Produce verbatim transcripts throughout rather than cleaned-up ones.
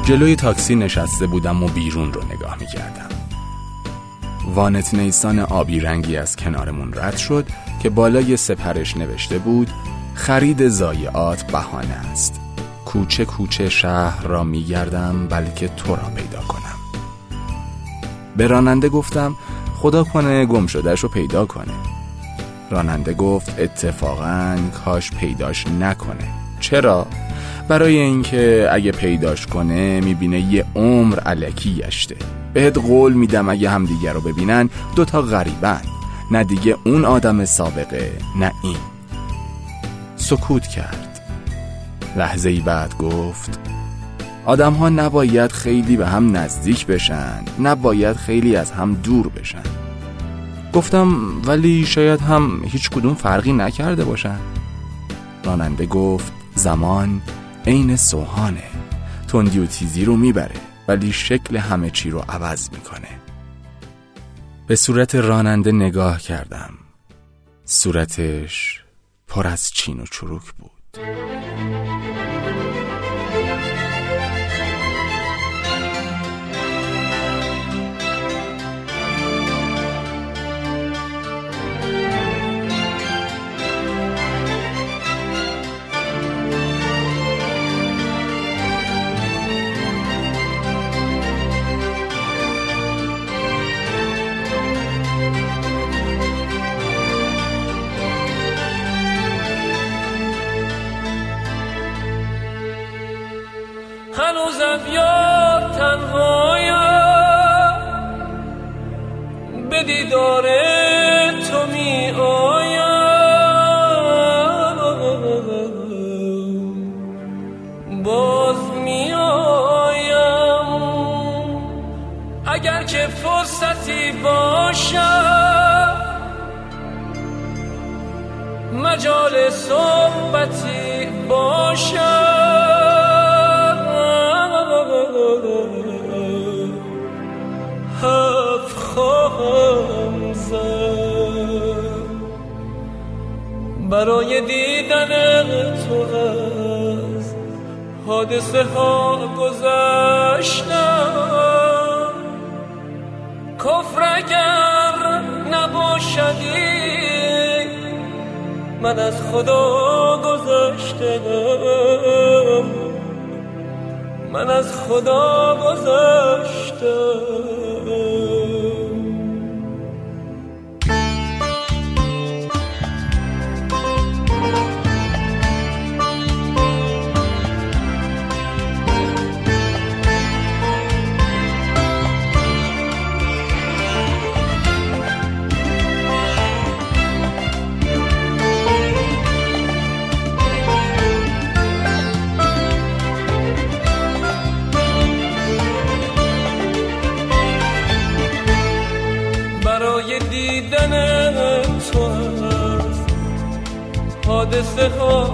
جلوی تاکسی نشسته بودم و بیرون رو نگاه می کردم. وانت نیسان آبی رنگی از کنارمون رد شد که بالای سپرش نوشته بود خرید ضایعات بهانه است. کوچه کوچه شهر را می گردم بلکه تو را پیدا کنم. به راننده گفتم خدا کنه گم شدهش رو پیدا کنه. راننده گفت اتفاقاً کاش پیداش نکنه. چرا؟ برای اینکه اگه پیداش کنه میبینه یه عمر الکی گشته. بهت قول میدم اگه هم دیگه رو ببینن دوتا غریبن، نه دیگه اون آدم سابقه نه این. سکوت کرد. لحظه ای بعد گفت آدم ها نباید خیلی به هم نزدیک بشن، نباید خیلی از هم دور بشن. گفتم ولی شاید هم هیچ کدوم فرقی نکرده باشن. راننده گفت زمان عین سوهانه، تندی و تیزی رو میبره ولی شکل همه چی رو عوض میکنه. به صورت راننده نگاه کردم. صورتش پر از چین و چروک بود. هنوزم یار تنهایم، به دیدار تو می آیم، باز می آیم. اگر که فرصتی باشد، مجال صحبتی باشد، حرف خواهم زد. برای دیدن تو از حادثه ها گذشتم، کفر اگر نباشدی من از خدا گذشتم، من از خدا گذشتم. برای دیدن تو از حادثه ها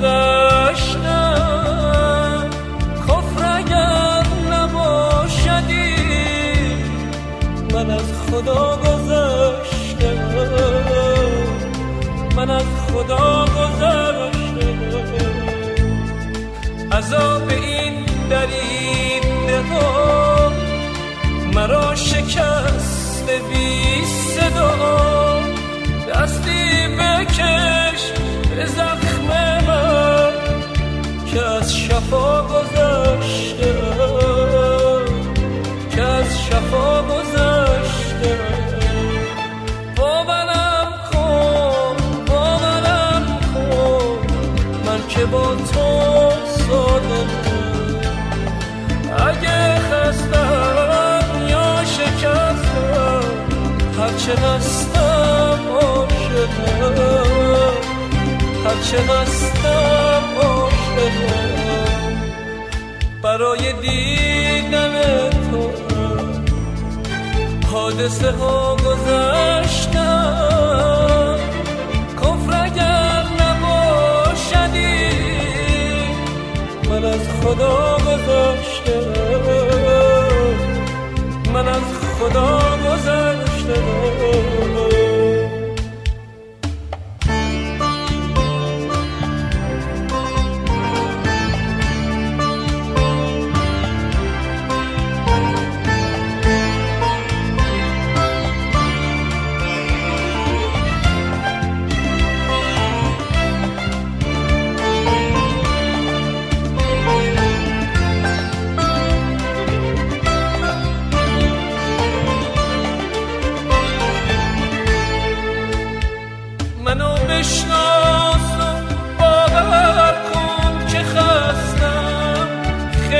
گذشتم، کفر اگر نباشدی من از خدا گذشتم، من از خدا گذشتم. عذاب این دریده ها مرا شکست بی صدا، دستی بکش به زخم من که از شفا گذشته، که از شفا گذشته. باورم کن، باورم کن، من که با تو صادقم. اگه خستم یا شکستم، هرچه هستم عاشقم، هرچه هستم عاشقم. برای دیدن تو حادثه ها گذشتم، کفر اگر نباشدی من از خدا گذشتم، من از خدا گذشتم.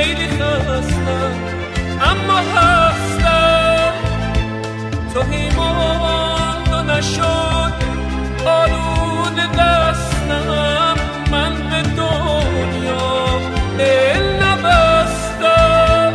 خیلی خستم اما هستم، توهیمان و نشد آلود دستم، من به دنیا دل نبستم.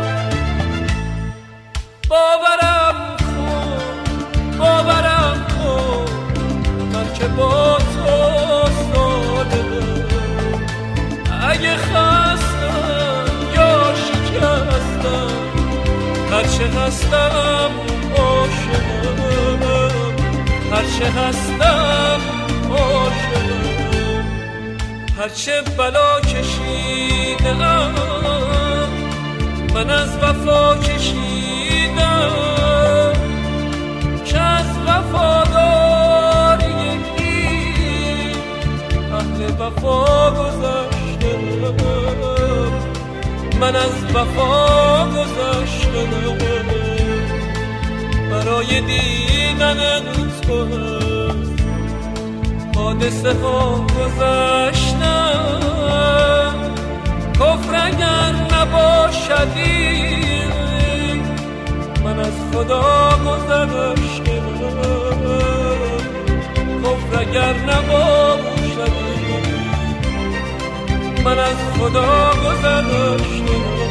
باورم کن باورم کن من که با تو صادقم، اگه خستم یا شکستم هرچه هستم عاشقم، هرچه هستم عاشقم. هرچه بلا کشیدم من از وفا کشیدم، که از وفاداری این اهل وفا گذشتم، من از وفا گذشتم، برای دیدن تو حادثه ها گذشتم. کفر اگر نباشدی من از خدا گذشتم، کفر اگر نباشدی من از خدا گذشتم.